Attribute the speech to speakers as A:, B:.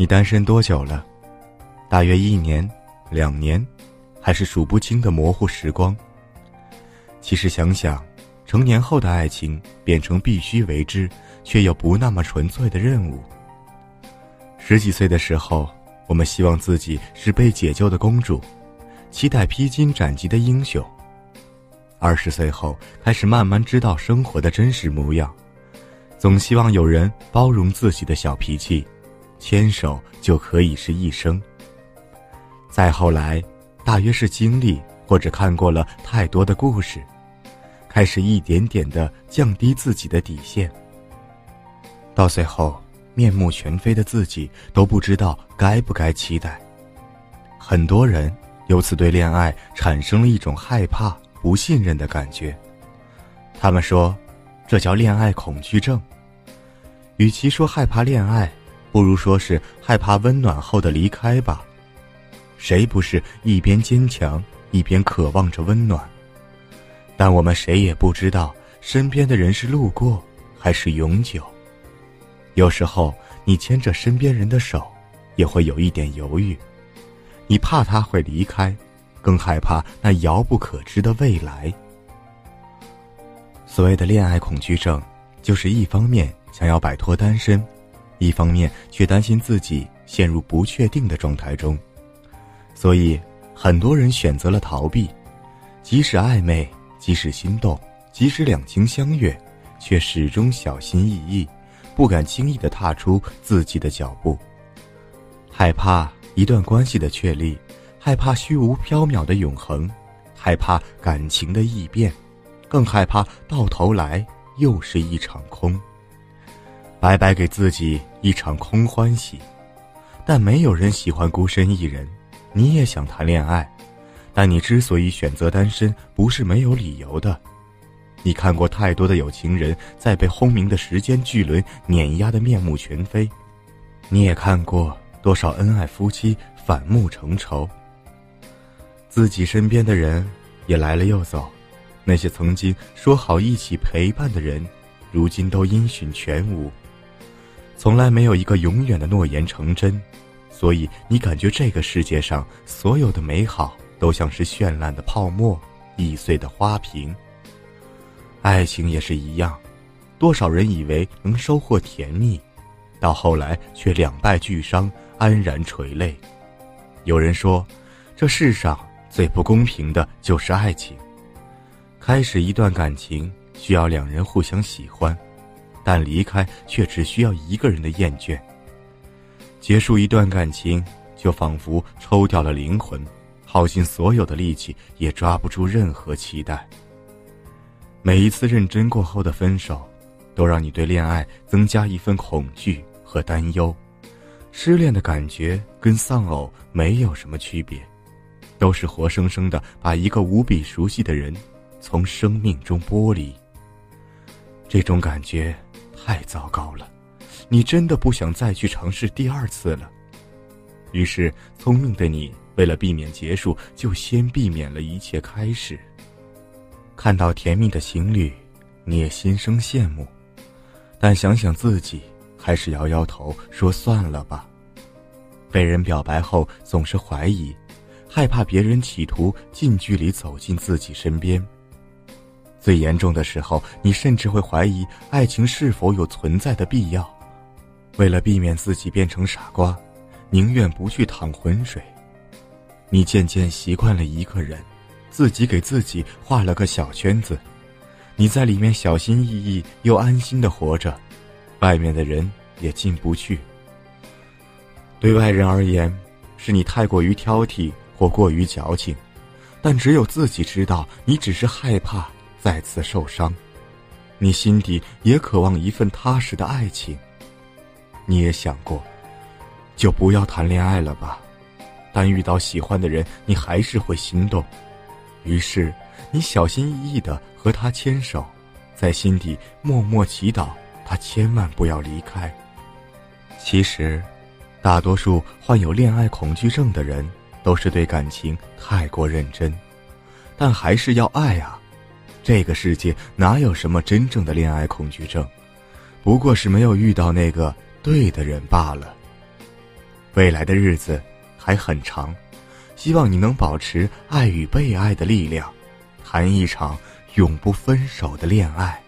A: 你单身多久了？大约1年、2年，还是数不清的模糊时光？其实想想，成年后的爱情变成必须为之却又不那么纯粹的任务。10几岁的时候，我们希望自己是被解救的公主，期待披荆斩棘的英雄。20岁后，开始慢慢知道生活的真实模样，总希望有人包容自己的小脾气，牵手就可以是一生。再后来，大约是经历或者看过了太多的故事，开始一点点地降低自己的底线，到最后面目全非的自己都不知道该不该期待。很多人由此对恋爱产生了一种害怕、不信任的感觉。他们说，这叫恋爱恐惧症。与其说害怕恋爱，不如说是害怕温暖后的离开吧。谁不是一边坚强，一边渴望着温暖？但我们谁也不知道，身边的人是路过，还是永久。有时候，你牵着身边人的手，也会有一点犹豫。你怕他会离开，更害怕那遥不可知的未来。所谓的恋爱恐惧症，就是一方面想要摆脱单身，一方面却担心自己陷入不确定的状态中。所以很多人选择了逃避，即使暧昧，即使心动，即使两情相悦，却始终小心翼翼，不敢轻易地踏出自己的脚步。害怕一段关系的确立，害怕虚无缥缈的永恒，害怕感情的异变，更害怕到头来又是一场空，白白给自己一场空欢喜。但没有人喜欢孤身一人，你也想谈恋爱，但你之所以选择单身，不是没有理由的。你看过太多的有情人在被轰鸣的时间巨轮碾压得面目全非，你也看过多少恩爱夫妻反目成仇。自己身边的人也来了又走，那些曾经说好一起陪伴的人，如今都音讯全无。从来没有一个永远的诺言成真，所以你感觉这个世界上所有的美好都像是绚烂的泡沫，易碎的花瓶。爱情也是一样，多少人以为能收获甜蜜，到后来却两败俱伤，安然垂泪。有人说，这世上最不公平的就是爱情。开始一段感情需要两人互相喜欢，但离开却只需要一个人的厌倦。结束一段感情，就仿佛抽掉了灵魂，耗尽所有的力气，也抓不住任何期待。每一次认真过后的分手，都让你对恋爱增加一份恐惧和担忧。失恋的感觉跟丧偶没有什么区别，都是活生生的把一个无比熟悉的人从生命中剥离。这种感觉太糟糕了，你真的不想再去尝试第二次了。于是聪明的你，为了避免结束，就先避免了一切开始。看到甜蜜的情侣，你也心生羡慕，但想想自己，还是摇摇头，说算了吧。被人表白后总是怀疑，害怕别人企图近距离走进自己身边。最严重的时候，你甚至会怀疑爱情是否有存在的必要。为了避免自己变成傻瓜，宁愿不去淌浑水。你渐渐习惯了一个人，自己给自己画了个小圈子，你在里面小心翼翼又安心地活着，外面的人也进不去。对外人而言，是你太过于挑剔或过于矫情，但只有自己知道，你只是害怕再次受伤。你心底也渴望一份踏实的爱情。你也想过，就不要谈恋爱了吧，但遇到喜欢的人，你还是会心动。于是你小心翼翼地和他牵手，在心底默默祈祷他千万不要离开。其实大多数患有恋爱恐惧症的人都是对感情太过认真，但还是要爱啊。这个世界哪有什么真正的恋爱恐惧症，不过是没有遇到那个对的人罢了。 未来的日子还很长，希望你能保持爱与被爱的力量，谈一场永不分手的恋爱。